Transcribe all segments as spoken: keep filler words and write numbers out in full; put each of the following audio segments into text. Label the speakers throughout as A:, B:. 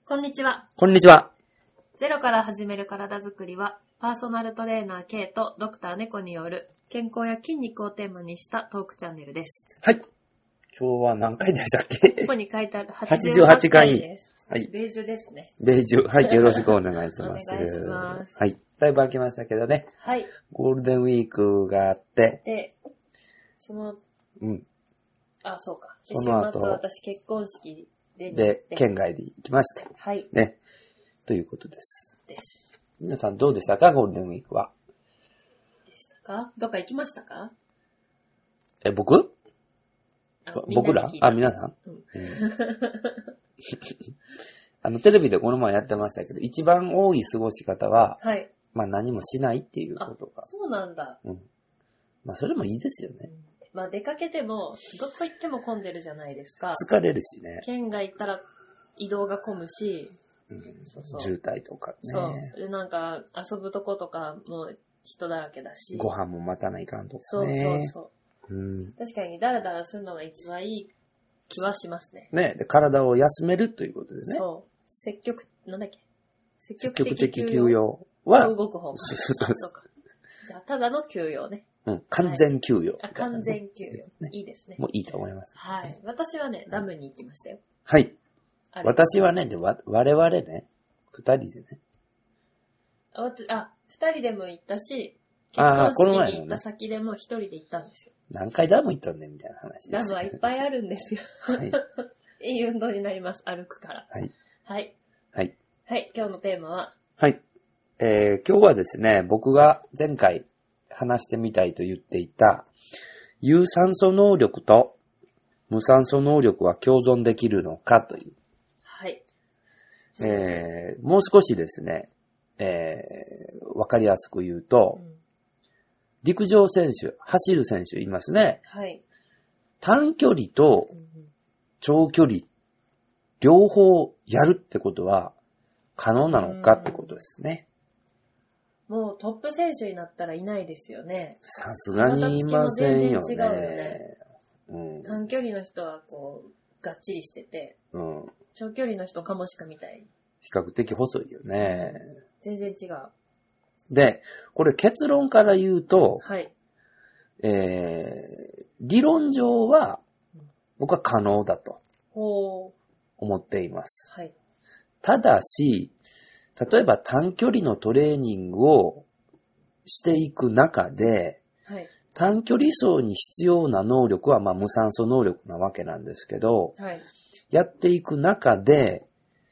A: こんにちは。
B: こんにちは。
A: ゼロから始める体づくりは、パーソナルトレーナー K とドクター猫による健康や筋肉をテーマにしたトークチャンネルです。
B: はい。今日は何回でしたっけ？
A: ここに書いてある
B: はちじゅうはちかい
A: です。はい。ベージュですね。
B: ベージュ。はい。よろしくお願いします。お願
A: いします。
B: はい。だいぶ空きましたけどね。
A: はい。
B: ゴールデンウィークがあって。
A: で、その、
B: うん。
A: あ、そうか。その後、週末私結婚式で、
B: で、県外に行きまして。
A: はい。
B: ね。ということです。
A: です。
B: 皆さんどうでしたか？ゴールデンウィークは。
A: でしたか？どっか行きましたか？
B: え、僕？僕ら？あ、皆さん、
A: うんうん、
B: あの、テレビでこの前やってましたけど、一番多い過ごし方は、
A: はい。
B: まあ何もしないっていうことが。
A: そうなんだ。
B: うん。まあそれもいいですよね。うん、
A: まあ出かけても、どこ行っても混んでるじゃないですか。
B: 疲れるしね。
A: 県外行ったら移動が混むし、
B: うん、そうそう渋滞とかね。
A: そう。で、なんか遊ぶとことかも人だらけだし。
B: ご飯も待たないかんとかね。
A: そうそうそう。
B: うん、
A: 確かにダラダラするのが一番いい気はしますね。
B: ね。で、体を休めるということでね。
A: そう。積極、なんだっけ
B: 積極的休養は。
A: 動く方が。そうそうそう。じゃあ、ただの休養ね。
B: うん、完全休養、ね、
A: あ。完全休養、ね。いいですね。
B: もういいと思います。
A: はい。私はね、ダムに行きましたよ。
B: はい。私はね、でわ我々ね、二人でね。
A: あ、あ二人でも行ったし、結婚式に行った先でも一人で行ったんですよ。
B: 何回ダム行ったんねんみたいな話です、ね。
A: ダムはいっぱいあるんですよ。はい。いい運動になります、歩くから。
B: はい。
A: はい。
B: はい。
A: はい、今日のテーマは？
B: はい。えー、今日はですね、僕が前回話してみたいと言っていた、有酸素能力と無酸素能力は共存できるのかという。
A: はい。
B: えー、もう少しですね、えー、わかりやすく言うと、うん、陸上選手、走る選手いますね。
A: はい。
B: 短距離と長距離、両方やるってことは可能なのかってことですね。
A: もうトップ選手になったらいないですよね。
B: さすがにいませんよね。
A: 体つきも全然違うよね。うん、短距離の人はこう、がっちりしてて、うん、長距離の人かもしかみたい。
B: 比較的細いよね。
A: 全然違う。
B: で、これ結論から言うと、
A: はい。
B: えー、理論上は、僕は可能だと思っています。
A: はい。
B: ただし、例えば短距離のトレーニングをしていく中で、
A: はい、
B: 短距離走に必要な能力はまあ無酸素能力なわけなんですけど、
A: はい、
B: やっていく中で、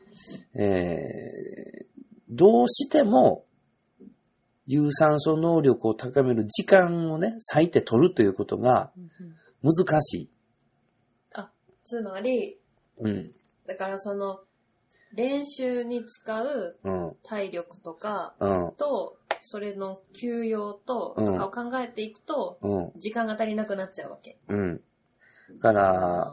B: えー、どうしても有酸素能力を高める時間をね、割いて取るということが難しい。
A: あ、つまり、
B: うん、
A: だからその練習に使う体力とかと、うん、それの休養ととかを考えていくと、うん、時間が足りなくなっちゃうわけ。
B: うん。だから、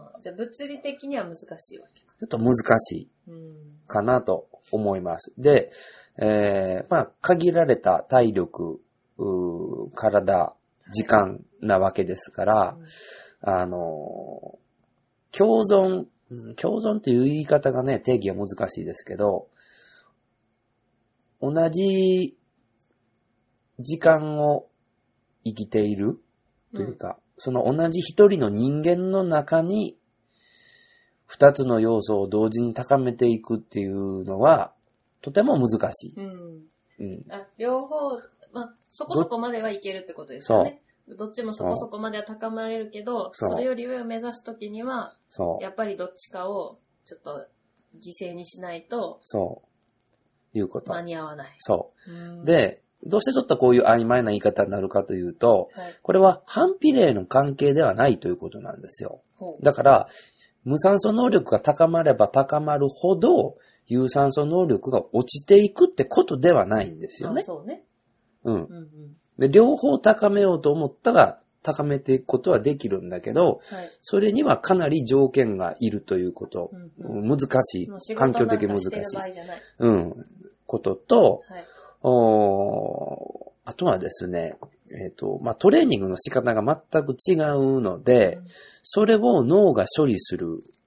A: じゃあ物理的には難しいわけか。
B: ちょっと難しいかなと思います。で、えー、まあ限られた体力、体、時間なわけですから、はい、あの共存共存っていう言い方がね、定義は難しいですけど、同じ時間を生きているというか、うん、その同じ一人の人間の中に二つの要素を同時に高めていくっていうのは、とても難しい。
A: うんうん、あ両方、まあ、そこそこまではいけるってことですよね。どっちもそこそこまでは高まれるけど、そ, それより上を目指すときには、やっぱりどっちかをちょっと犠牲にしないと、
B: そう。いうこと。
A: 間に合わない。
B: そう。うんで、どうしてちょっとこういう曖昧な言い方になるかというと、はい、これは反比例の関係ではないということなんですよ。だから、無酸素能力が高まれば高まるほど、有酸素能力が落ちていくってことではないんですよね。
A: あ、そうね。
B: うん。うんうんで、両方高めようと思ったら高めていくことはできるんだけど、はい、それにはかなり条件がいるということ、うんうん、難しい、環境的難しい、うん、ことと、はい、おあとはですね、えっと、まあ、トレーニングの仕方が全く違うので、うん、それを脳が処理する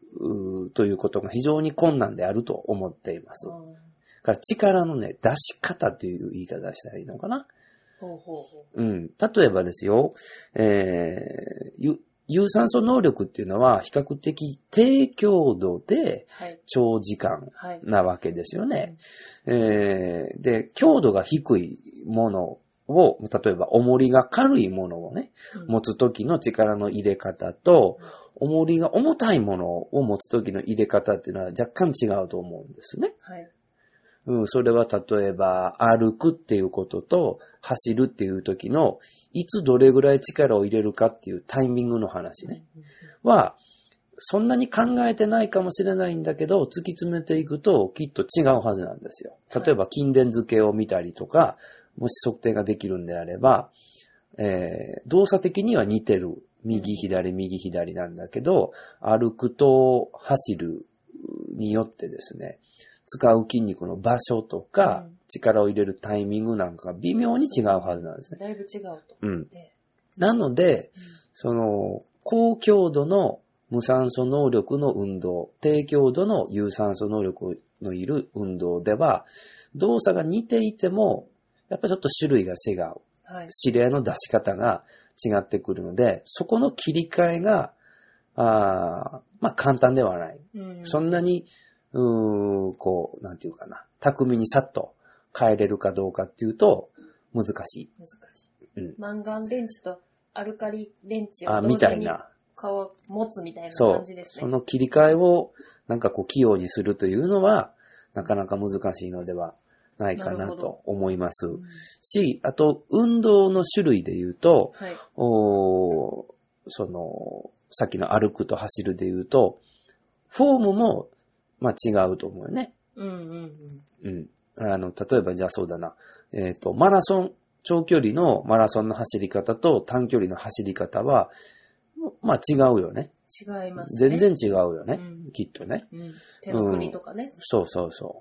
B: ということが非常に困難であると思っています。だから力のね、出し方という言い方したらいいのかな。
A: ほうほうほ
B: う。うん。例えばですよ、えー、有酸素能力っていうのは比較的低強度で長時間なわけですよね。はいはい、えー、で、強度が低いものを、例えば重りが軽いものをね、うん、持つときの力の入れ方と、うん、重りが重たいものを持つときの入れ方っていうのは若干違うと思うんですね。はいうん、それは例えば歩くっていうことと走るっていう時のいつどれぐらい力を入れるかっていうタイミングの話ね。は、そんなに考えてないかもしれないんだけど、突き詰めていくときっと違うはずなんですよ。例えば筋電図計を見たりとか、もし測定ができるんであれば、えー、動作的には似てる。右左右左なんだけど、歩くと走るによってですね、使う筋肉の場所とか、うん、力を入れるタイミングなんかが微妙に違うはずなんですね。
A: だいぶ違うと。
B: うん。なので、うん、その、高強度の無酸素能力の運動、低強度の有酸素能力のいる運動では、動作が似ていても、やっぱりちょっと種類が違う。はい、指令の出し方が違ってくるので、そこの切り替えが、あまあ簡単ではない。うん、そんなに、うーこう、なんていうかな。巧みにさっと変えれるかどうかっていうと、難しい。
A: 難しい。うん。マンガン電池とアルカリ電池を
B: あ、みたいな。
A: 顔持つみたいな感じですね。
B: そう。その切り替えを、なんかこう、器用にするというのは、なかなか難しいのではないかなと思います。うん、し、あと、運動の種類で言うと、はい、おその、さっきの歩くと走るで言うと、フォームも、まあ違うと思うよね。うんうんうん。うん。あの、例えばじゃあそうだな。えっと、マラソン、長距離のマラソンの走り方と短距離の走り方は、まあ違うよね。
A: 違いますね。
B: 全然違うよね。うん、きっとね、
A: うん。手の振りとかね、うん。
B: そうそうそう。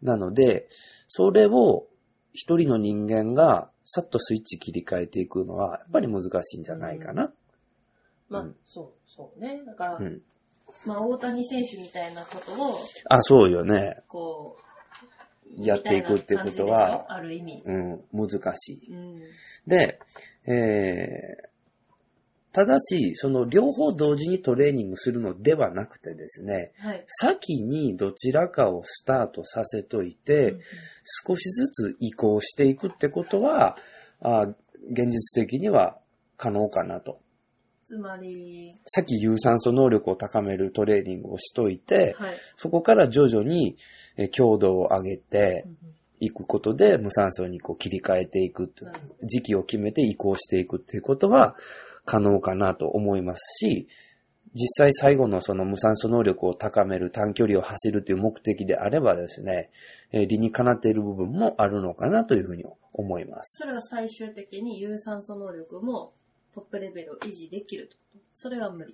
B: なので、それを一人の人間がさっとスイッチ切り替えていくのは、やっぱり難しいんじゃないかな。うん、
A: まあ、うん、そう、そうね。だから、うんまあ、大谷選手みたいなことを、
B: あ、そうよね。
A: こ
B: う、やっていくってことは、
A: ある意味。
B: うん、難しい。うん、で、えー、ただし、その両方同時にトレーニングするのではなくてですね、はい、先にどちらかをスタートさせといて、うん、少しずつ移行していくってことは、あ現実的には可能かなと。
A: つまり、
B: さっき有酸素能力を高めるトレーニングをしといて、はい、そこから徐々に強度を上げていくことで無酸素にこう切り替えていく、はい、時期を決めて移行していくっていうことは可能かなと思いますし、実際最後のその無酸素能力を高める短距離を走るという目的であればですね、理にかなっている部分もあるのかなというふうに思います。
A: それは最終的に有酸素能力もトップレベルを維持できるってこと？それは無理。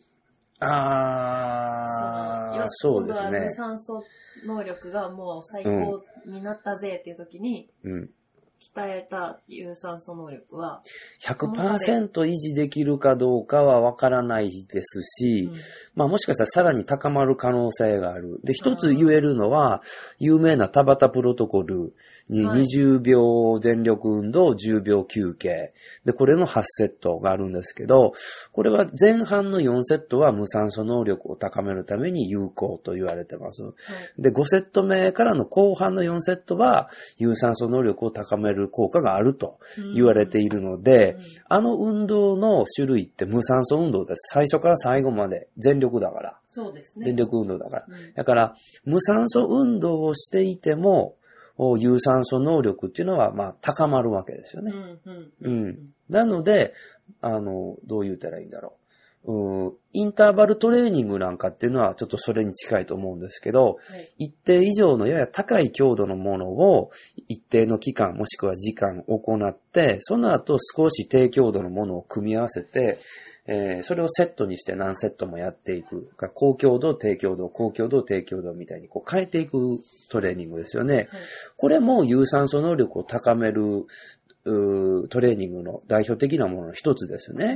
B: ああ、そうですね。今度は
A: 無酸素能力がもう最高になったぜっていう時に、うん、鍛えた有酸素能力は
B: ひゃくパーセント 維持できるかどうかはわからないですし、うん、まあもしかしたらさらに高まる可能性がある。で、一つ言えるのは、有名なタバタプロトコルににじゅうびょう全力運動、じゅうびょう休憩。で、これのはちセットがあるんですけど、これは前半のよんセットは無酸素能力を高めるために有効と言われてます。はい、で、ごセット目からの後半のよんセットは有酸素能力を高める効果があると言われているので、うんうん、あの運動の種類って無酸素運動です。最初から最後まで全力だから。
A: そうですね。
B: 全力運動だから。うん、だから、無酸素運動をしていても、有酸素能力っていうのは、まあ、高まるわけですよね。うんうんうんうん、なので、あの、どう言ったらいいんだろう。うん、インターバルトレーニングなんかっていうのはちょっとそれに近いと思うんですけど、はい、一定以上のやや高い強度のものを一定の期間もしくは時間行って、その後少し低強度のものを組み合わせて、えー、それをセットにして何セットもやっていく。高強度、低強度、高強度、低強度みたいにこう変えていくトレーニングですよね。はい、これも有酸素能力を高めるトレーニングの代表的なものの一つですね。う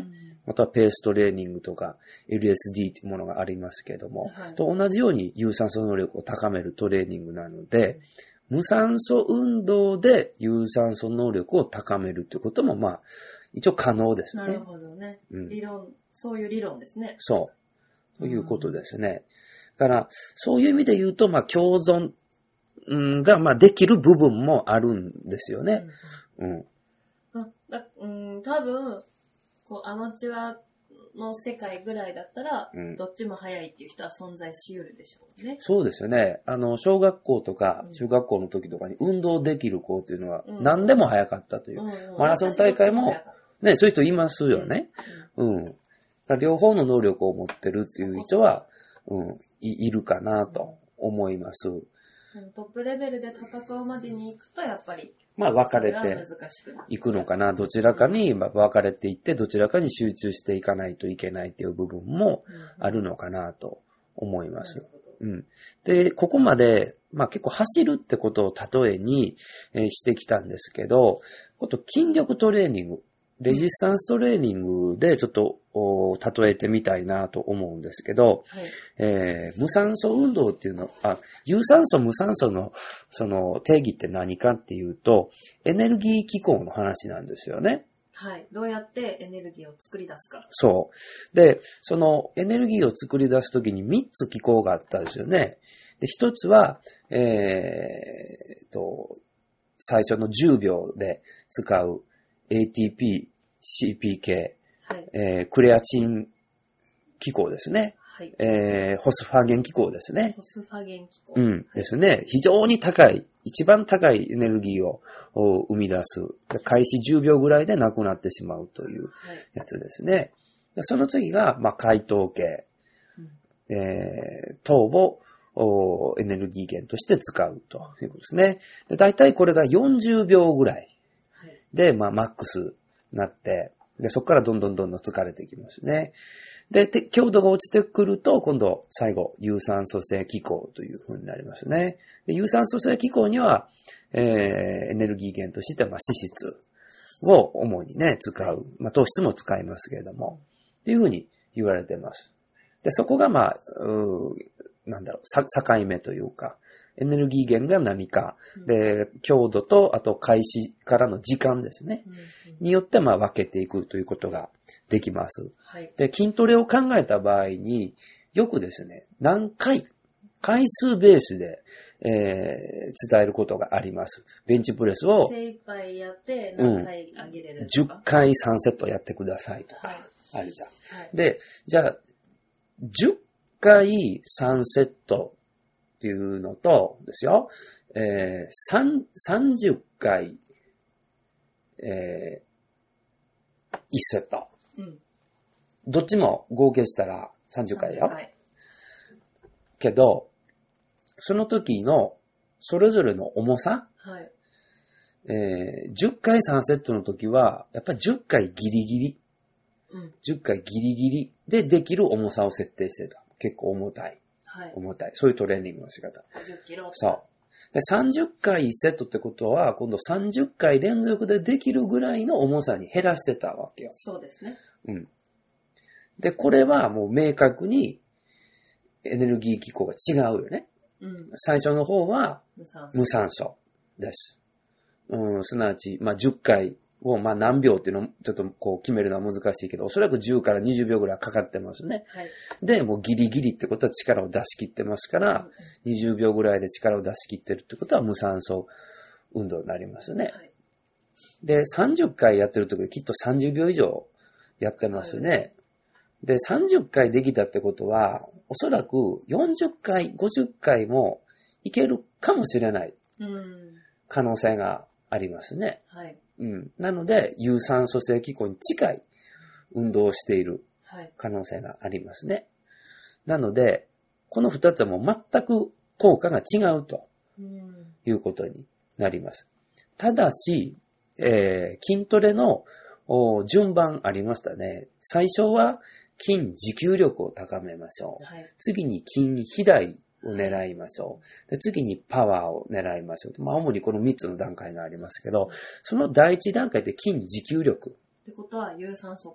B: あとはペーストレーニングとか エルエスディー というものがありますけれども、はい、と同じように有酸素能力を高めるトレーニングなので、うん、無酸素運動で有酸素能力を高めるということも、まあ、一応可能ですね。
A: なるほどね。うん、理論、そういう理論ですね。
B: そう。ということですね。だから、そういう意味で言うと、まあ、共存が、まあ、できる部分もあるんですよね。うん。
A: うん。だうん、多分、こう、アマチュアの世界ぐらいだったら、うん、どっちも早いっていう人は存在し得るでしょうね。
B: そうですよね。あの、小学校とか中学校の時とかに運動できる子っていうのは何でも早かったという。うんうん、マラソン大会も、ね、そういう人いますよね。うん。うん、両方の能力を持ってるっていう人は、うん、い, いるかなと思います。
A: トップレベルで戦うまでに行くと、やっぱり、
B: まあ分かれていくのかな。どちらかに分かれていって、どちらかに集中していかないといけないっていう部分もあるのかなと思います。うん。で、ここまで、まあ結構走るってことを例えに、えー、してきたんですけど、こと筋力トレーニング、レジスタンストレーニングでちょっと例えてみたいなと思うんですけど、はい、えー、無酸素運動っていうのは、有酸素無酸素のその定義って何かっていうと、エネルギー機構の話なんですよね。
A: はい。どうやってエネルギーを作り出すか。
B: そう。で、そのエネルギーを作り出すときにみっつ機構があったんですよね。で、ひとつは、えーと、最初のじゅうびょうで使うエーティーピー、シーピーケー、はい、えー、クレアチン機構ですね。はい、えー、ホスファーゲン機構ですね。
A: ホスファーゲン機構。
B: うん。ですね。非常に高い、一番高いエネルギーを生み出す。開始じゅうびょうぐらいでなくなってしまうというやつですね。はい、その次が、まあ、解糖系。うん、えー、糖をエネルギー源として使うということですね。で、大体これがよんじゅうびょうぐらいで、まあ、マックスなって、で、そこからどんどんどんどん疲れていきますね。で、強度が落ちてくると、今度、最後、有酸素性気候という風になりますね。で、有酸素性気候には、えー、エネルギー源として、まあ、脂質を主にね、使う。まあ、糖質も使いますけれども、っていう風に言われています。で、そこが、まあ、うなんだろう、境目というか、エネルギー源が何か、で、強度と、あと開始からの時間ですね。によって、まあ、分けていくということができます。はい、で、筋トレを考えた場合に、よくですね、何回、回数ベースで、えー、伝えることがあります。ベンチプレスを、
A: 精一杯やって何回上げれる
B: のか、うん、じゅっかいさんセットやってくださいとか、はい、あるじゃん、はい。で、じゃあ、じゅっかいさんセットっていうのとですよ、えー、さんじゅっかい、えー、いちセット、うん。どっちも合計したらさんじゅっかいだよ。さんじゅっかいけど、その時のそれぞれの重さ、はい、えー、じゅっかいさんセットの時は、やっぱりじゅっかいギリギリ、うん、じゅっかいギリギリでできる重さを設定してた。結構重たい。はい、重たい。そういうトレーニングの仕方。
A: じゅっキロ。
B: そう。で、さんじゅっかいいちセットってことは、今度さんじゅっかい連続でできるぐらいの重さに減らしてたわけよ。
A: そうですね。
B: うん。で、これはもう明確にエネルギー機構が違うよね。うん、最初の方は無酸素、無酸素です。うん、すなわち、まあ、じゅっかいを、まあ、何秒っていうのをちょっとこう決めるのは難しいけど、おそらくじゅうからにじゅうびょうぐらいかかってますね。はい、で、もうギリギリってことは力を出し切ってますから、うん、にじゅうびょうぐらいで力を出し切ってるってことは無酸素運動になりますね。はい、で、さんじゅっかいやってるとききっとさんじゅうびょう以上やってますね。はい、で、さんじゅっかいできたってことは、おそらくよんじゅっかい、ごじゅっかいもいけるかもしれない可能性がありますね。はい。うん。なので、有酸素性気候に近い運動をしている可能性がありますね。はい、なので、この二つはもう全く効果が違うということになります。ただし、えー、筋トレの順番ありましたね。最初は筋持久力を高めましょう。はい、次に筋肥大を狙いましょう。で、次にパワーを狙いましょう。まあ、主にこのみっつの段階がありますけど、その第一段階で筋持久力。
A: ってことは有酸素。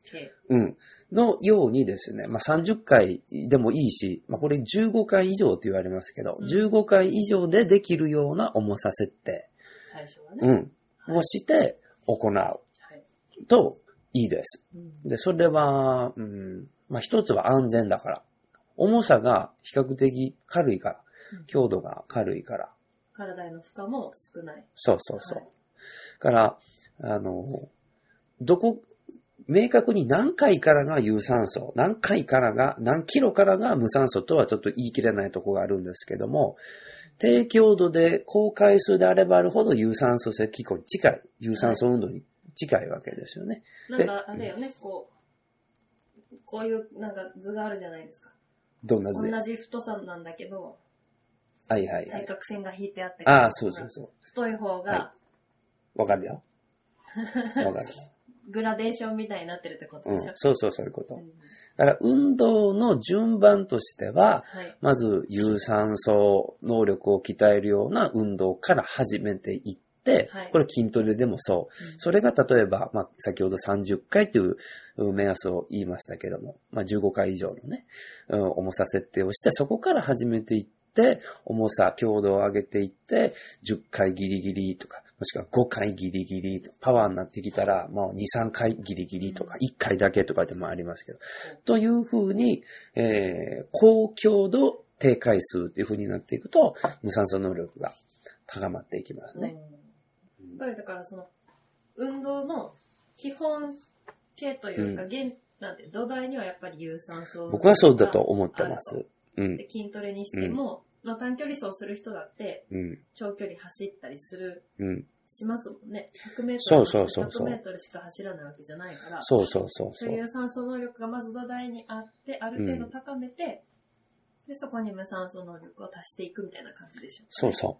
B: うん。のようにですね、まあ、さんじゅっかいでもいいし、まあ、これじゅうごかい以上って言われますけど、うん、じゅうごかい以上でできるような重さ設定。
A: 最初はね。
B: うん。をして行う。と、いいです。うん、で、それは、うん、まあ、一つは安全だから。重さが比較的軽いから。うん、強度が軽いから。
A: 体への負荷も少ない。
B: そうそうそう。はい、から、あの、どこ、明確に何回からが有酸素、何回からが、何キロからが無酸素とはちょっと言い切れないところがあるんですけども、低強度で高回数であればあるほど有酸素性機構に近い、有酸素運動に近いわけですよね。
A: はい、なんかあれよね、こう、こういうなんか図があるじゃないですか。
B: どんな図？
A: 同じ太さなんだけど、
B: はいはいはい。
A: 対角線が引いてあって、
B: ああ、そうそうそう。
A: 太い方が、
B: わ、はい、かるよ。わかる。
A: グラデーションみたいになってるってことでしょ、うん、
B: そうそうそういうこと。うん、だから運動の順番としては、はい、まず有酸素能力を鍛えるような運動から始めていって、はい、これ筋トレでもそう。うん、それが例えば、まあ、先ほどさんじゅっかいという目安を言いましたけども、まあ、じゅうごかい以上のね、うん、重さ設定をして、そこから始めていって、重さ、強度を上げていって、じゅっかいギリギリとか、もしくはごかいギリギリ、パワーになってきたら、もうに、さんかいギリギリとか、いっかいだけとかでもありますけど、というふうに、えー、高強度低回数っていうふうになっていくと、無酸素能力が高まっていきますね。
A: うん、やっぱりだからその、運動の基本形というか、うん、現なんて土台にはやっぱり有酸素。
B: 僕はそうだと思ってます。
A: うん、で筋トレにしても、うん、まあ、短距離走する人だって、うん、長距離走ったりする、うん、しますもんね。ひゃくメートル、
B: そうそうそうそう。
A: ひゃくメートルしか走らないわけじゃないから、
B: そうそうそうそう。
A: そういう酸素能力がまず土台にあって、ある程度高めて、うん、で、そこに無酸素能力を足していくみたいな感じでしょう、ね。
B: そうそう。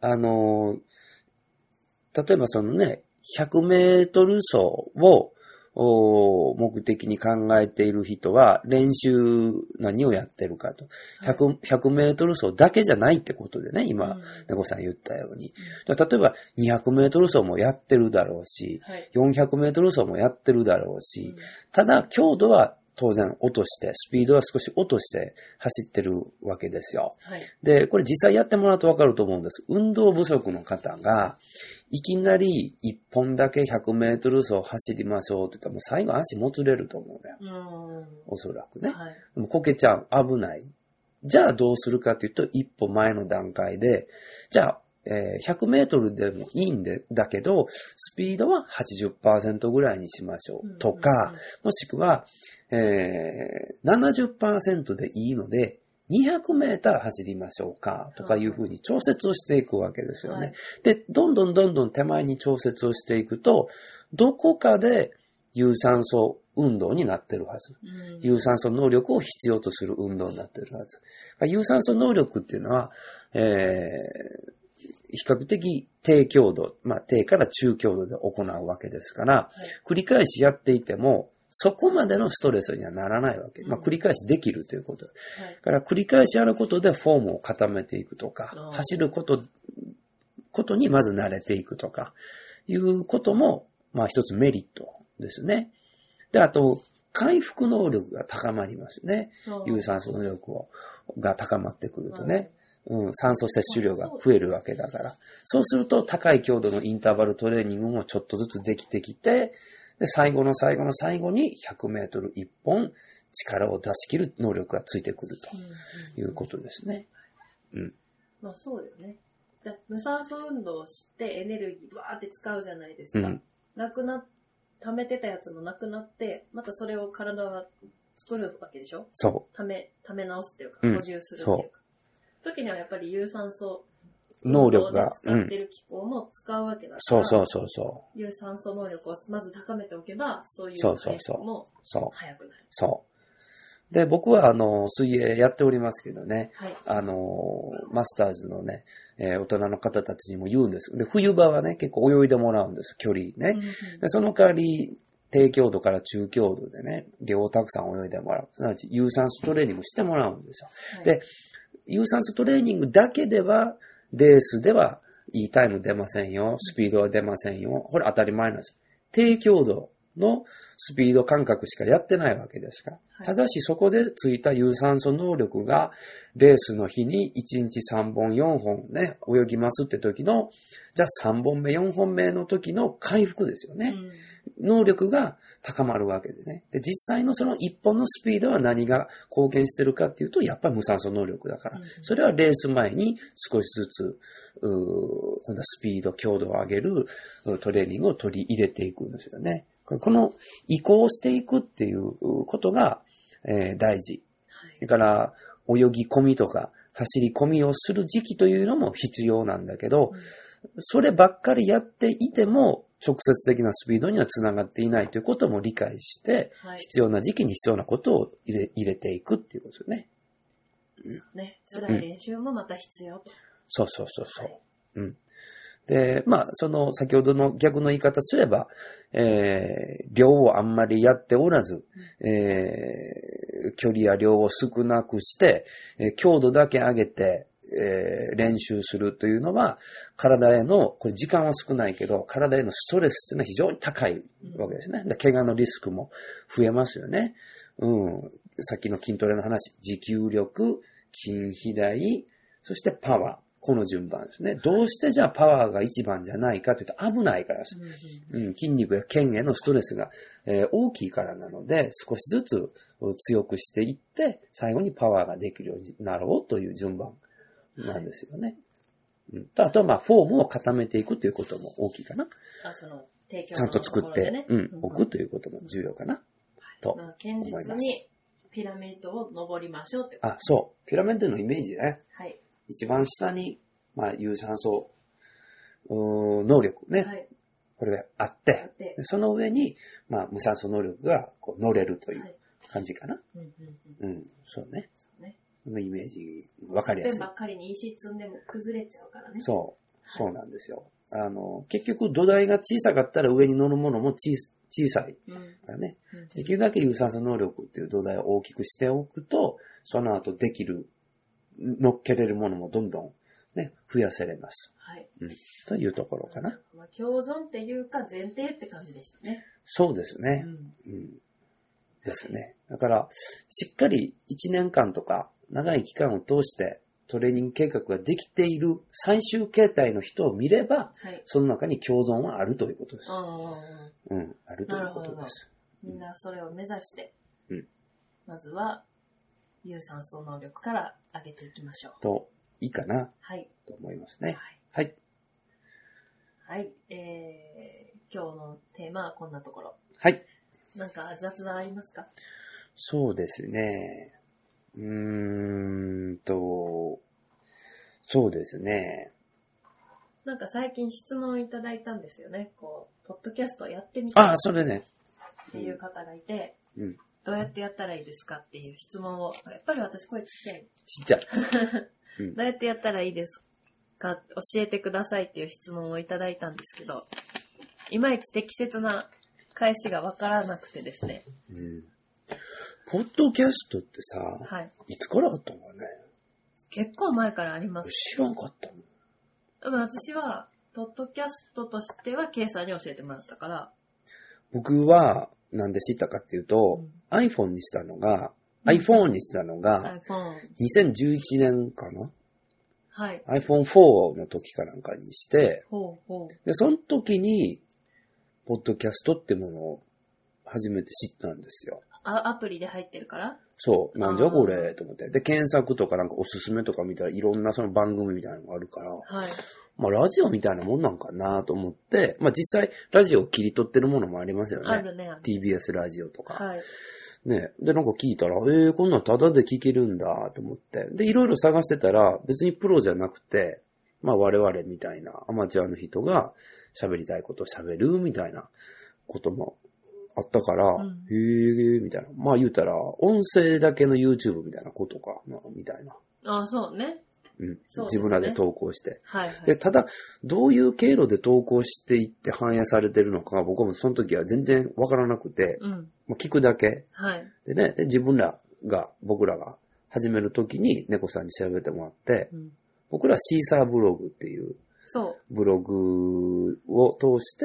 B: あのー、例えばそのね、ひゃくメートル走を、目的に考えている人は練習何をやってるかと。ひゃく、ひゃくメートル走だけじゃないってことでね、今、猫さん言ったように。例えばにひゃくメートル走もやってるだろうし、よんひゃくメートル走もやってるだろうし、ただ強度は当然落として、スピードは少し落として走ってるわけですよ。はい、で、これ実際やってもらうとわかると思うんです。運動不足の方が、いきなり一本だけひゃくメートル走走りましょうって言ったらもう最後足もつれると思うね。うん、おそらくね。はい、でもこけちゃう。危ない。じゃあどうするかというと、一歩前の段階で、じゃあ、えー、ひゃくメートルでもいいんで、だけど、スピードは はちじゅっパーセント ぐらいにしましょう。とか、うんうんうん、もしくは、えー、ななじゅっパーセント でいいので、にひゃくメーター走りましょうかとかいうふうに調節をしていくわけですよね。はい、で、どんどんどんどん手前に調節をしていくと、どこかで有酸素運動になってるはず。うん、有酸素能力を必要とする運動になってるはず。有酸素能力っていうのは、えー比較的低強度、まあ低から中強度で行うわけですから、はい、繰り返しやっていても、そこまでのストレスにはならないわけ。まあ繰り返しできるということ。はい、だから繰り返しやることでフォームを固めていくとか、走ること、ことにまず慣れていくとか、いうことも、まあ一つメリットですね。で、あと、回復能力が高まりますね。有酸素能力をが高まってくるとね。はいうん、酸素摂取量が増えるわけだから。そうすると高い強度のインターバルトレーニングもちょっとずつできてきて、で、最後の最後の最後にひゃくメートルいっぽん力を出し切る能力がついてくるということですね。うん。うん、
A: まあそうだよね。無酸素運動をしてエネルギーわーって使うじゃないですか。うん、なくな、溜めてたやつもなくなって、またそれを体は作るわけでしょ？
B: そう。
A: 溜め、溜め直すっていうか、補充するっていうか。うん、そう。時にはやっぱり有酸素
B: 能力が
A: 使ってる機構も使うわけだから、
B: そうそうそうそう。
A: 有酸素能力をまず高めておけば、そういう回復も早くなる。
B: そう。で、僕はあの、水泳やっておりますけどね、はい、あの、マスターズのね、えー、大人の方たちにも言うんです。で、冬場はね、結構泳いでもらうんです、距離ね。うんうん、でその代わり、低強度から中強度でね、量をたくさん泳いでもらう。すなわち有酸素トレーニングしてもらうんですよ。はい、で有酸素トレーニングだけでは、レースではいいタイム出ませんよ。スピードは出ませんよ。これ当たり前なんですよ。低強度のスピード感覚しかやってないわけですから。はい、ただしそこでついた有酸素能力がレースの日にいちにちさんぼんよんほんね、泳ぎますって時の、じゃあさんぼんめよんほんめの時の回復ですよね。うん、能力が高まるわけでね。で、実際のそのいっぽんのスピードは何が貢献してるかっていうと、やっぱり無酸素能力だから。うん、それはレース前に少しずつ、う今度はスピード、強度を上げるトレーニングを取り入れていくんですよね。この移行していくっていうことが、えー、大事。それから泳ぎ込みとか走り込みをする時期というのも必要なんだけど、うん、そればっかりやっていても直接的なスピードにはつながっていないということも理解して、はい、必要な時期に必要なことを入れ、入れていくっていうことですよね。
A: そうね。辛い練習もまた必要と。うん、
B: そうそうそうそう。はい、うん。で、まあ、その、先ほどの逆の言い方すれば、えー、量をあんまりやっておらず、うん、えー、距離や量を少なくして、えー、強度だけ上げて、えー、練習するというのは、体への、これ時間は少ないけど、体へのストレスっていうのは非常に高いわけですね。で、怪我のリスクも増えますよね。うん。さっきの筋トレの話、持久力、筋肥大、そしてパワー。この順番ですね。どうしてじゃあパワーが一番じゃないかというと危ないからです。うんうん、筋肉や腱へのストレスが、えー、大きいからなので、少しずつ強くしていって、最後にパワーができるようになろうという順番なんですよね。はい、うん、あとはまあフォームを固めていくということも大きいかな。
A: あ、その提供
B: ちゃんと作って、ね、うん、置くということも重要かな。はい、と思います。
A: 堅実にピラミッドを登りましょうってこと、
B: ね。あ、そう。ピラミッドのイメージね。
A: はい。
B: 一番下に、まあ、有酸素能力ね、はい。これがあって、ってその上に、まあ、無酸素能力がこう乗れるという感じかな。はい、うん、うんうん、そうね。そうね。そのイメージ、わかりやすい。
A: ばっかりに石積んでも崩れちゃうからね。
B: そう。そうなんですよ。はい、あの、結局土台が小さかったら上に乗るものも小小さいからね、うんうん。できるだけ有酸素能力っていう土台を大きくしておくと、その後できる、乗っけれるものもどんどんね、増やせれます。はい。うん。というところかな。
A: まあ、共存っていうか前提って感じでしたね。
B: そうですね。うん。うん、ですね。だから、しっかりいちねんかんとか長い期間を通してトレーニング計画ができている最終形態の人を見れば、はい、その中に共存はあるということです。ああ。うん。あるということです。
A: みんなそれを目指して、うん、まずは有酸素能力から上げていきましょう。
B: といいかな、はい、と思いますね。
A: はい。はい。はい、えー、今日のテーマはこんなところ。
B: はい。
A: なんか雑談ありますか？
B: そうですね。うーんと、そうですね。
A: なんか最近質問いただいたんですよね。こう、ポッドキャストやってみたい。
B: ああ、それね。
A: っていう方がいて、うん、どうやってやったらいいですかっていう質問を、やっぱり私声ちっちゃい。
B: ちっちゃい。
A: うん、どうやってやったらいいですか教えてくださいっていう質問をいただいたんですけど、いまいち適切な返しがわからなくてですね。うん。
B: ポッドキャストってさ、はい、いつからあったのかね？
A: 結構前からあります。
B: 知らんかった
A: の。私は、ポッドキャストとしては、ケイさんに教えてもらったから。
B: 僕は、なんで知ったかっていうと、うん、iPhone にしたのが、うん、iPhone にしたのが、にせんじゅういちねんかな、はい。アイフォンフォー の時かなんかにして、ほうほう。で、その時に、ポッドキャストってものを初めて知ったんですよ。
A: あ、アプリで入ってるから？
B: そう。なんじゃこれと思って。で、検索とかなんかおすすめとか見たらいろんなその番組みたいなのがあるから、はい。まあ、ラジオみたいなもんなんかなと思って、まあ、実際、ラジオを切り取ってるものもありますよね。
A: あるね。
B: ティービーエス ラジオとか。はい。ね。で、なんか聞いたら、えー、こんなんタダで聞けるんだと思って。で、いろいろ探してたら、別にプロじゃなくて、まあ、我々みたいなアマチュアの人が喋りたいことを喋るみたいなこともあったから、うん、へー、みたいな。まあ、言うたら、音声だけの YouTube みたいなことかな、みたいな。
A: ああ、そうね。
B: うん、自分らで投稿して、
A: はいはい。
B: で、ただ、どういう経路で投稿していって反映されてるのかが僕もその時は全然わからなくて、うん、もう聞くだけ。はい。でね、で自分らが、僕らが始める時に猫さんに調べてもらって、うん、僕らはシーサーブログっていう、そう。ブログを通して、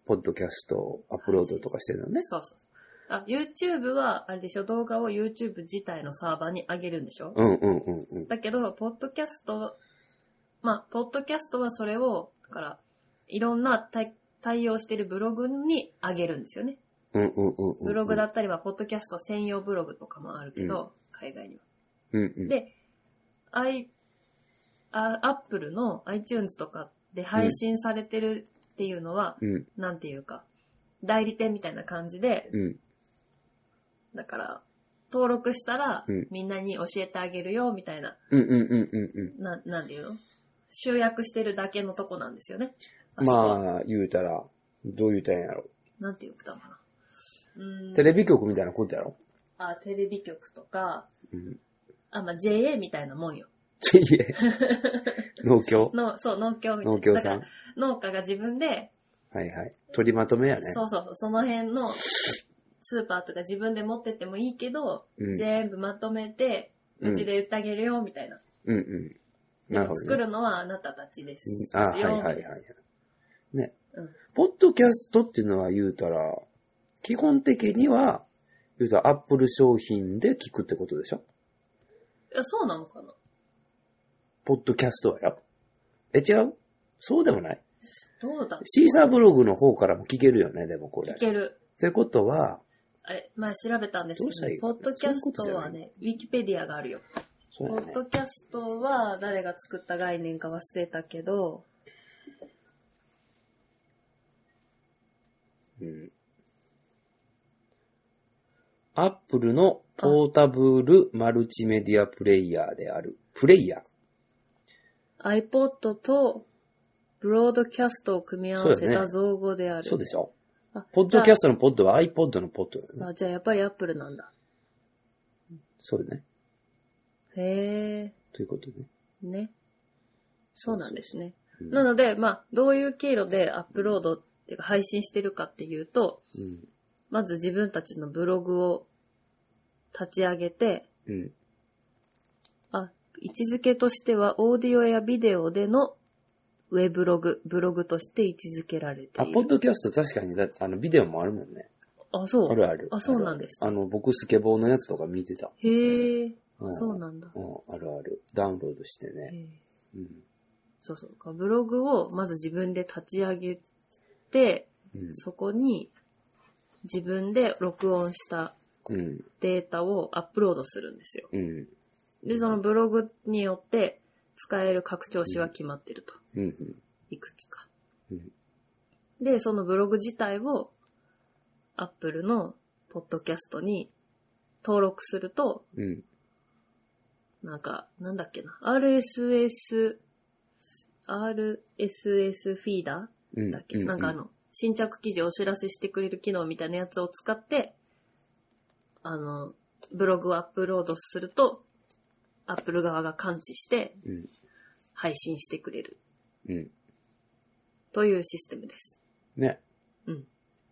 B: ポッドキャストをアップロードとかしてるのね。
A: そうそうそう。あ、YouTube は、あれでしょ、動画を YouTube 自体のサーバーに上げるんでしょ？
B: うんうんうんうん。
A: だけど、ポッドキャスト、まあ、ポッドキャストはそれを、だから、いろんな対、対応しているブログに上げるんですよね。
B: うんうんうんうん。
A: ブログだったりは、ポッドキャスト専用ブログとかもあるけど、うん、海外には。うんうん、で、I、あ、Apple の iTunes とかで配信されてるっていうのは、うん、なんていうか、代理店みたいな感じで、うん、だから、登録したら、うん、みんなに教えてあげるよ、みたいな。うんうんうんうんうん。な、なんていうの？集約してるだけのとこなんですよね。
B: まあ、言うたら、どう言うたらいいんやろ。
A: なんて言ったのかな。
B: うーんテレビ局みたいなことやろ？
A: あ、テレビ局とか、うん、あ、まあ ジェーエー みたいなもんよ。
B: ジェーエー？ 農協
A: のそう、農協みたいな。
B: 農協さん。
A: 農家が自分で、
B: はいはい。取りまとめやね。
A: そうそうそう、その辺のスーパーとか自分で持ってってもいいけど、うん、全部まとめて、うちで売ってあげるよ、みたいな。うんうん。なるほど、ね。作るのはあなたたちです。
B: あ、はいはいはい。ね、うん。ポッドキャストっていうのは言うたら、基本的には、言うたらアップル商品で聞くってことでしょ？
A: いや、そうなのかな？
B: ポッドキャストはや。え、違う？そうでもない？
A: どうだ？
B: シーサーブログの方からも聞けるよね、でもこれ。
A: 聞ける。
B: ってことは、
A: あれ、まあ調べたんですけど、ポッドキャストはね、ウィキペディアがあるよ。そうね、ポッドキャストは誰が作った概念か忘れたけど、
B: うん。アップルのポータブルマルチメディアプレイヤーである。プレイヤ
A: ー。iPod とブロードキャストを組み合わせた造語である。
B: そうでしょ。ポッドキャストのポッドは iPod のポッドだよね。
A: あ、じゃあやっぱりアップルなんだ。
B: そうね。
A: へー。
B: ということね。
A: ね。そうなんですね。うん、なので、まあ、どういう経路でアップロードっていうか配信してるかっていうと、うん、まず自分たちのブログを立ち上げて、うん、あ、位置づけとしてはオーディオやビデオでのウェブログ、ブログとして位置づけられている。
B: あ、ポッドキャスト確かにだ、あの、ビデオもあるもんね。
A: あ、そう。
B: あるある。
A: あ、そうなんですか。
B: あの、僕スケボーのやつとか見てた。
A: へー。うん、そうなんだ。
B: うん、あるある。ダウンロードしてね。
A: うん、そうそう。ブログをまず自分で立ち上げて、うん、そこに自分で録音したデータをアップロードするんですよ。うん、で、そのブログによって使える拡張子は決まってると。うん、いくつか、うん。で、そのブログ自体を Apple のポッドキャストに登録すると、うんなんか、なんだっけな。アールエスエス、アールエスエス フィーダーだっけ、うん、なんかあの、新着記事をお知らせしてくれる機能みたいなやつを使って、あの、ブログをアップロードすると、アップル側が感知して、配信してくれる。うん。というシステムです。
B: ね。うん。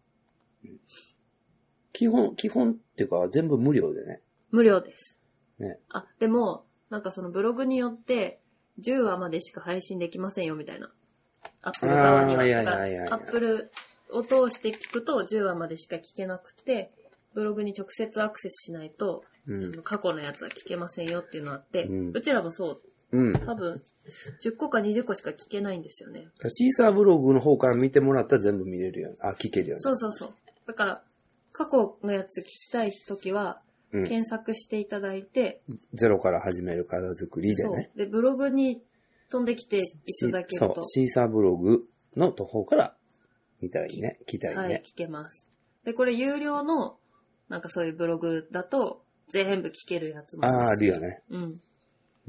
B: 基本、基本っていうか全部無料でね。
A: 無料です。
B: ね、
A: あ、でも、なんかそのブログによってじゅうわまでしか配信できませんよみたいな。アップル側には。アップルを通して聞くとじゅうわまでしか聞けなくて、ブログに直接アクセスしないと、うん、その過去のやつは聞けませんよっていうのがあって、うん、うちらもそう。うん、多分、じゅっこかにじゅっこしか聞けないんですよね。
B: シーサーブログの方から見てもらったら全部見れるよね。あ、聞けるよね。
A: そうそうそう。だから、過去のやつ聞きたいときは、検索していただいて、
B: うん、ゼロから始める体作りでね。
A: そう。で、ブログに飛んできていただけると。
B: そう。シーサーブログの方から見たらいいね。聞きたいね。
A: はい、聞けます。で、これ有料の、なんかそういうブログだと、全部聞けるやつもあるし。
B: ああ、あるよね。
A: うん。うん。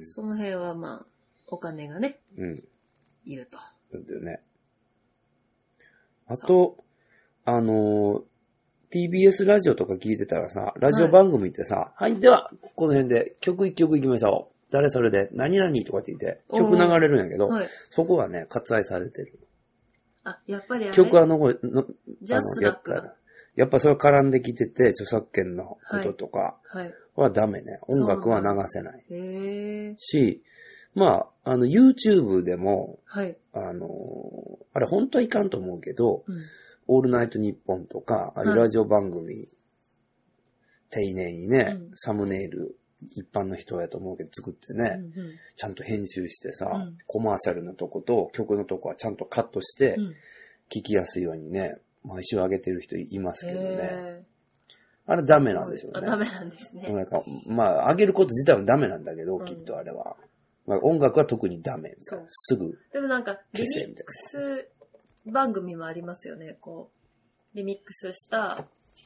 A: その辺はまあ、お金がね、うん。いると。
B: そうだよね。あと、あのー、ティービーエス ラジオとか聞いてたらさ、ラジオ番組ってさ、はい、はい、では、この辺で曲一曲いきましょう。誰それで、何々とかって言って、曲流れるんやけど、はい、そこはね、割愛されてる。
A: あ、やっぱりあれ
B: 曲はのこの、
A: ジャスラックだ。
B: やっぱそれ絡んできてて、著作権のこととかはダメね。はいはい、音楽は流せない。
A: へー。
B: し、まあ、あの、YouTube でも、
A: はい、
B: あの、 あれ本当はいかんと思うけど、うん、オールナイトニッポンとか、ああいうラジオ番組、はい、丁寧にね、うん、サムネイル、一般の人やと思うけど作ってね、うんうん、ちゃんと編集してさ、うん、コマーシャルのとこと曲のとこはちゃんとカットして、うん、聞きやすいようにね、毎週上げてる人いますけどね。あれダメなんでしょうね。
A: ダメなんですね。
B: なんかまあ、上げること自体はダメなんだけど、うん、きっとあれは。まあ、音楽は特にダメみたいな。すぐ。
A: でもなんか、リミックス番組もありますよね。こう、リミックスした、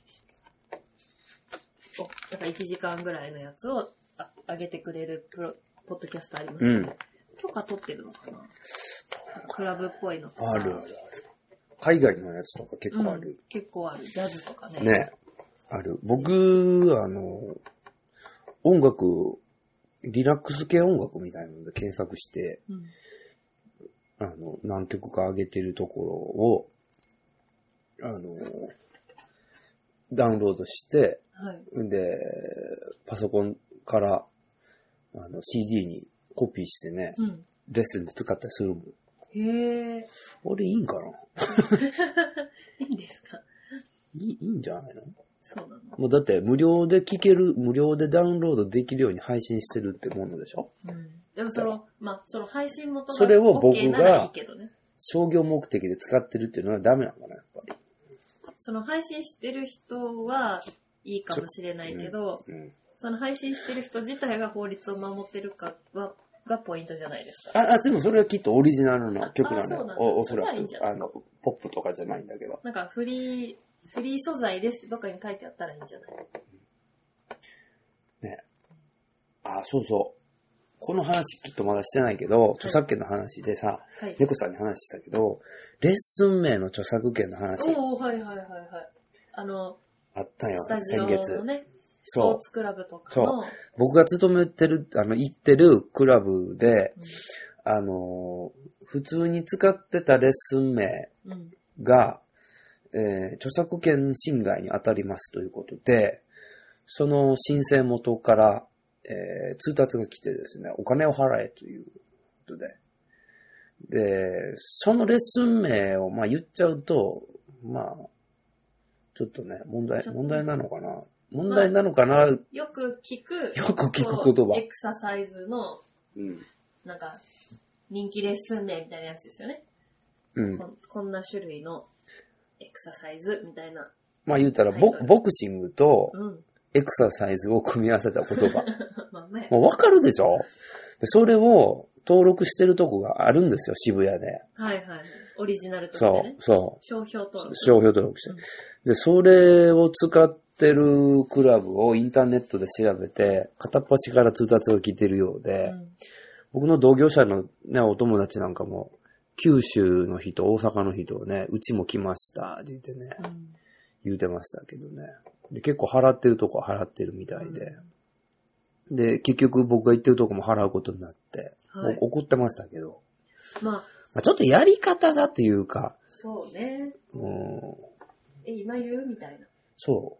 A: おなんかいちじかんぐらいのやつをあ上げてくれるプロポッドキャストありますよね。うん、許可取ってるのかな、クラブっぽいのとか。
B: あるあるある。海外のやつとか結構ある。うん、
A: 結構ある。ジャズとかね。
B: ね。ある。僕、あの、音楽、リラックス系音楽みたいなので検索して、うん、あの、何曲か上げてるところを、あの、ダウンロードして、はい、で、パソコンから、あの、シーディー にコピーしてね、うん、レッスンで使ったりするもん。
A: へえ。
B: 俺いいんかな
A: いいんですか
B: いい、いいんじゃないの？
A: そうなの？
B: もうだって無料で聴ける、無料でダウンロードできるように配信してるってものでしょ？
A: うん。でもその、まあ、その配信元が OK
B: それを僕が
A: いいけどね、
B: 商業目的で使ってるっていうのはダメなのかな、やっぱり。
A: その配信してる人はいいかもしれないけど、うんうん、その配信してる人自体が法律を守ってるかは、がポイントじゃないですか。
B: あ、あでもそれはきっとオリジナルの曲なのよ。お, おそらくいいあの、ポップとかじゃないんだけど。
A: なんかフリー、フリー素材ですってどっかに書いてあったらいいんじゃない？
B: ね。あ、そうそう。この話きっとまだしてないけど、著作権の話でさ、はい、猫さんに話したけど、レッスン名の著作権の話。
A: おー、はいはいはいはい。あの、
B: あったよ、
A: スタジオのね、先月。スポーツクラブとかの。そう。
B: 僕が勤めてる、あの、行ってるクラブで、うん、あの、普通に使ってたレッスン名が、うん、えー、著作権侵害に当たりますということで、その申請元から、えー、通達が来てですね、お金を払えということで。で、そのレッスン名を、まあ言っちゃうと、まあ、ちょっとね、問題、問題なのかな問題なのかな、まあ、
A: よく聞く、
B: よく聞く言葉。
A: エクササイズの、うん、なんか、人気レッスン名みたいなやつですよね。うん。こ, こんな種類のエクササイズみたいな。
B: まあ言うたらボ、ボクシングと、うんエクササイズを組み合わせた言葉。まあね、もうわかるでしょ？でそれを登録してるとこがあるんですよ、渋谷で。
A: はいはい。オリジナルとしてね。
B: そう、そう。
A: 商標登録。
B: 商標登録して、うん。で、それを使ってるクラブをインターネットで調べて、片っ端から通達が来てるようで、うん、僕の同業者のね、お友達なんかも、九州の人、大阪の人をね、うちも来ました、って言ってね、うん、言うてましたけどね。で結構払ってるとこは払ってるみたいで、うん、で結局僕が言ってるとこも払うことになって、はい、怒ってましたけど、まあ、まあちょっとやり方がっていうか、
A: そうね。うん。え今言うみたいな。
B: そう。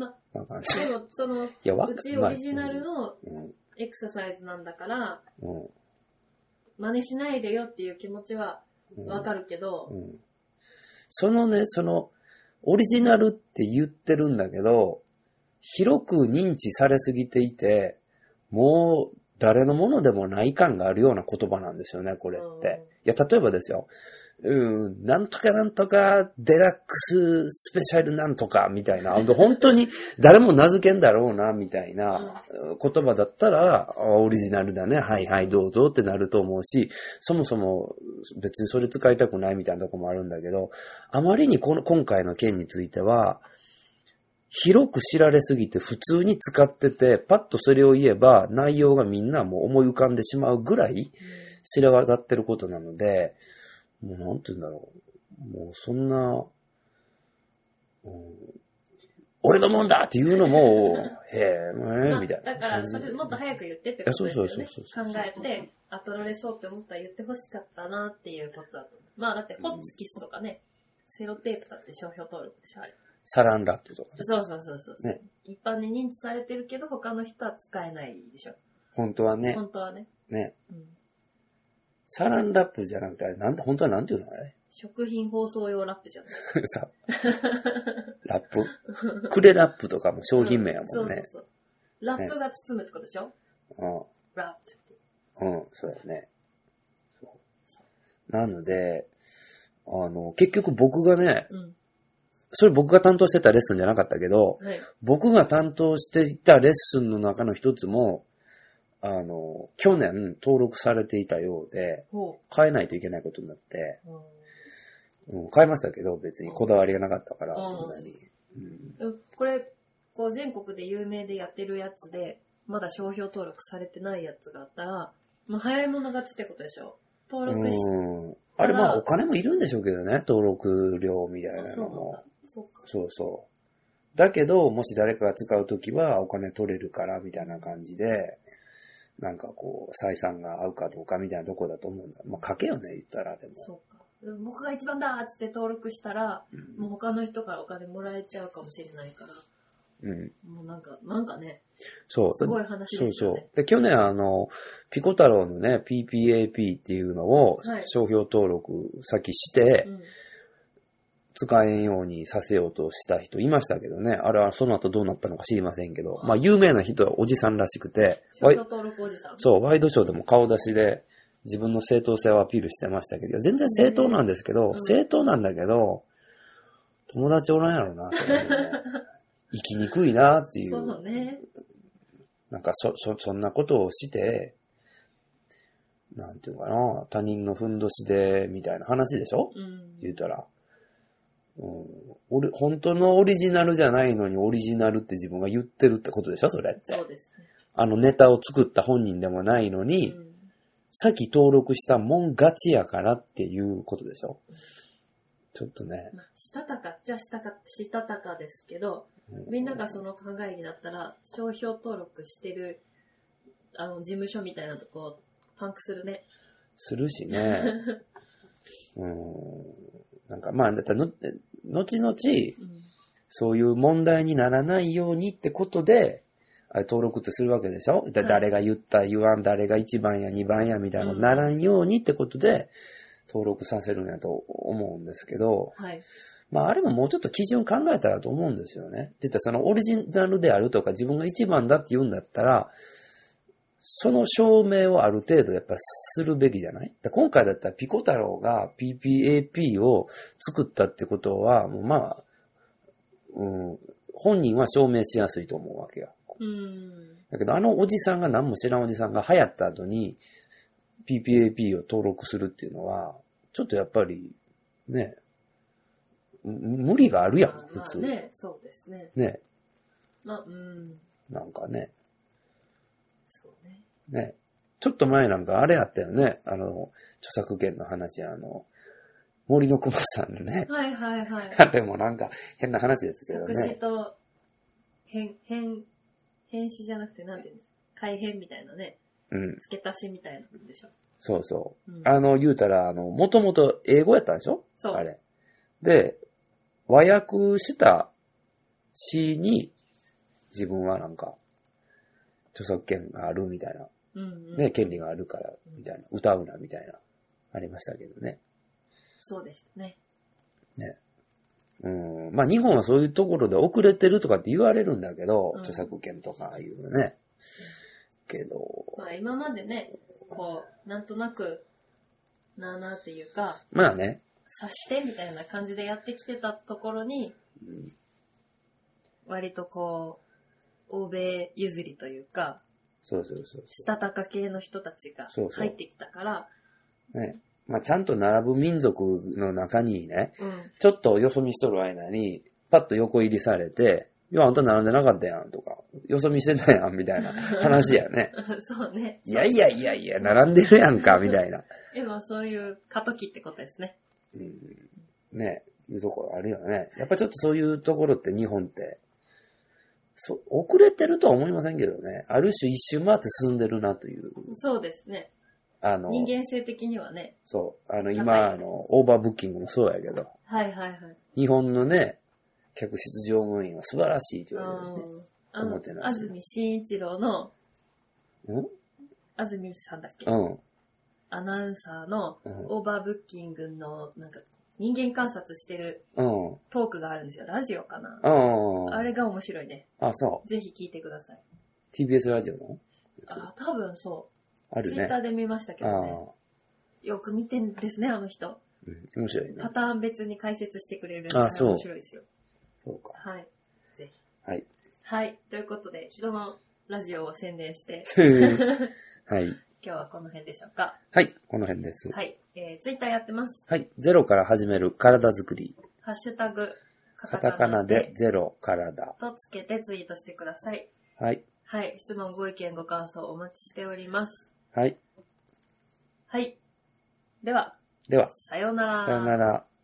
A: まあ、なんかでもそのいやうちオリジナルのエクササイズなんだから、うん、真似しないでよっていう気持ちはわかるけど、うんうん、
B: そのねそのオリジナルって言ってるんだけど、広く認知されすぎていて、もう誰のものでもない感があるような言葉なんですよね、これって。いや、例えばですよ。うん、なんとかなんとかデラックススペシャルなんとかみたいな、本当に誰も名付けんだろうな、みたいな言葉だったら、オリジナルだね、はいはいどうぞってなると思うし、そもそも別にそれ使いたくないみたいなとこもあるんだけど、あまりにこの今回の件については、広く知られすぎて普通に使ってて、パッとそれを言えば内容がみんなもう思い浮かんでしまうぐらい知れ渡ってることなので、もうなんて言うんだろう。もうそんな、うん、俺のもんだっていうのも、へえ、まあ、みたいな。
A: だから、それもっと早く言ってってことですよね。そうそうそうそう考えて、あ、取られそうって思ったら言ってほしかったなっていうことだと思う。まあだって、ホッチキスとかね、うん、セロテープだって商標登録でしょ、あれ。
B: サランラップとか、ね。
A: そうそうそうそう。ね、一般に認知されてるけど、他の人は使えないでしょ。
B: 本当はね。
A: 本当はね。
B: ね。うんサランラップじゃなくて、あれ、なんて、本当はなんていうのあれ
A: 食品包装用ラップじゃん。
B: さ、ラップクレラップとかも商品名やもんね。うん、そうそうそう。
A: ラップが包むってことでしょ、ね、うん。ラップって。
B: うん、そうやね。そうなので、あの、結局僕がね、うん、それ僕が担当してたレッスンじゃなかったけど、はい、僕が担当していたレッスンの中の一つも、あの、去年登録されていたようで、変えないといけないことになって、うん、変えましたけど、別にこだわりがなかったから、そんなに。
A: うん、これ、こう全国で有名でやってるやつで、まだ商標登録されてないやつがあったら、もう早い者勝ちってことでしょ。登録して。うん。
B: あれまあお金もいるんでしょうけどね、登録料みたいなのも。
A: そうか。
B: そうそう。だけど、もし誰かが使うときはお金取れるからみたいな感じで、なんかこう、採算が合うかどうかみたいなとこだと思うんだ。まあ書けよね、言ったらでも。
A: そうか。僕が一番だーっつって登録したら、うん、もう他の人からお金もらえちゃうかもしれないから。うん。もうなんか、なんかね。そう。すごい話ですよね。そうそう。
B: で、去年あの、ピコ太郎のね、ピーピーエーピー っていうのを、商標登録先して、はいうん、使えんようにさせようとした人いましたけどね。あれはその後どうなったのか知りませんけど。まあ、有名な人はおじさんらしくて。
A: 商標登録おじさん。
B: そう、ワイドショーでも顔出しで自分の正当性をアピールしてましたけど、全然正当なんですけど、正当なんだけど、友達おらんやろな、ね。生きにくいなっていう。
A: そうね。
B: なんかそ、そ、そんなことをして、なんていうかな、他人のふんどしで、みたいな話でしょ、うん、言うたら、うん。俺、本当のオリジナルじゃないのにオリジナルって自分が言ってるってことでしょそれって。
A: そうですね。
B: あのネタを作った本人でもないのに、うん、さっき登録したもん勝ちやからっていうことでしょ、うん、ちょっとね。
A: まあ、したたかっちゃしたか、したたかですけど、みんながその考えになったら、商標登録してる、あの、事務所みたいなとこ、パンクするね。
B: するしね。うん。なんか、まあ、だったらの、後々、うん、そういう問題にならないようにってことで、あれ登録ってするわけでしょ、はい、誰が言った、言わん、誰がいちばんやにばんやみたいなのならんようにってことで、登録させるんやと思うんですけど、はい。まあ、あれももうちょっと基準考えたらと思うんですよね。って言ったらそのオリジナルであるとか自分が一番だって言うんだったら、その証明をある程度やっぱするべきじゃない？今回だったらピコ太郎が ピーピーエーピー を作ったってことは、もうまあ、うん、本人は証明しやすいと思うわけよ。うん。だけどあのおじさんが何も知らんおじさんが流行った後に ピーピーエーピー を登録するっていうのは、ちょっとやっぱりね、無理があるやん、普通。
A: まあね、そうですね。
B: ね。
A: まあ、うん。
B: なんかね。
A: そうね。
B: ね。ちょっと前なんかあれあったよね。あの、著作権の話、あの、森の熊さんのね。
A: はいはいはい。
B: あれもなんか変な話ですけどね。
A: 作詞と変、変、変詞じゃなくてなんていうんですか。改変みたいなね。うん。付け足しみたいなんでしょ。
B: そうそう。うん、あの、言うたら、あの、もともと英語やったんでしょ？そう。あれ。で、和訳した詩に自分はなんか著作権があるみたいな、うんうん、ね、権利があるからみたいな、歌うなみたいなありましたけどね。
A: そうですね。
B: ね。うん。まあ日本はそういうところで遅れてるとかって言われるんだけど、うん、著作権とかいうのね。うん、けど。
A: まあ今までね、こうなんとなくなーなーっていうか。
B: まあね。
A: 察してみたいな感じでやってきてたところに、うん、割とこう、欧米譲りというか、
B: そうそうそうそう。
A: したたか系の人たちが入ってきたから、
B: そうそうね。まあちゃんと並ぶ民族の中にね、うん、ちょっとよそ見しとる間に、パッと横入りされて、いや、あんた並んでなかったやんとか、よそ見してたやんみたいな話やね。
A: そうね。
B: いやいやいやいや、並んでるやんか、みたいな。
A: 今そういう過渡期ってことですね。
B: うん、ね、いうところあるよね。やっぱちょっとそういうところって日本って、そ遅れてるとは思いませんけどね。ある種一周回って進んでるなという。
A: そうですね。あの、人間性的にはね。
B: そう。あの、今、あの、オーバーブッキングもそうやけど。
A: はいはいはい。
B: 日本のね、客室乗務員は素晴らしいと言われるね。
A: あの、安住紳一郎の、ん安住さんだっけうん。アナウンサーのオーバーブッキングのなんか人間観察してるトークがあるんですよ。ラジオかな。
B: うん。
A: あれが面白いね。
B: あ、そう。
A: ぜひ聞いてください。
B: ティービーエス ラジオの
A: あ、多分そう。
B: あるね。
A: ツイッターで見ましたけどね。よく見てんですね、あの人。
B: うん、面白いね。
A: パターン別に解説してくれるんで、面白いですよ。
B: そうか。
A: はい。ぜひ。
B: はい。
A: はい。ということで、人のラジオを宣伝して。
B: はい。
A: 今日はこの辺でしょうか。
B: はい、この辺です。
A: はい。えー、ツイッターやってます。
B: はい。ゼロから始める体づくり。
A: ハッシュタグ、
B: カタカナでゼロ体
A: とつけてツイートしてください。
B: はい。
A: はい。質問、ご意見、ご感想お待ちしております。
B: はい。
A: はい。では。
B: では。
A: さようなら。
B: さようなら。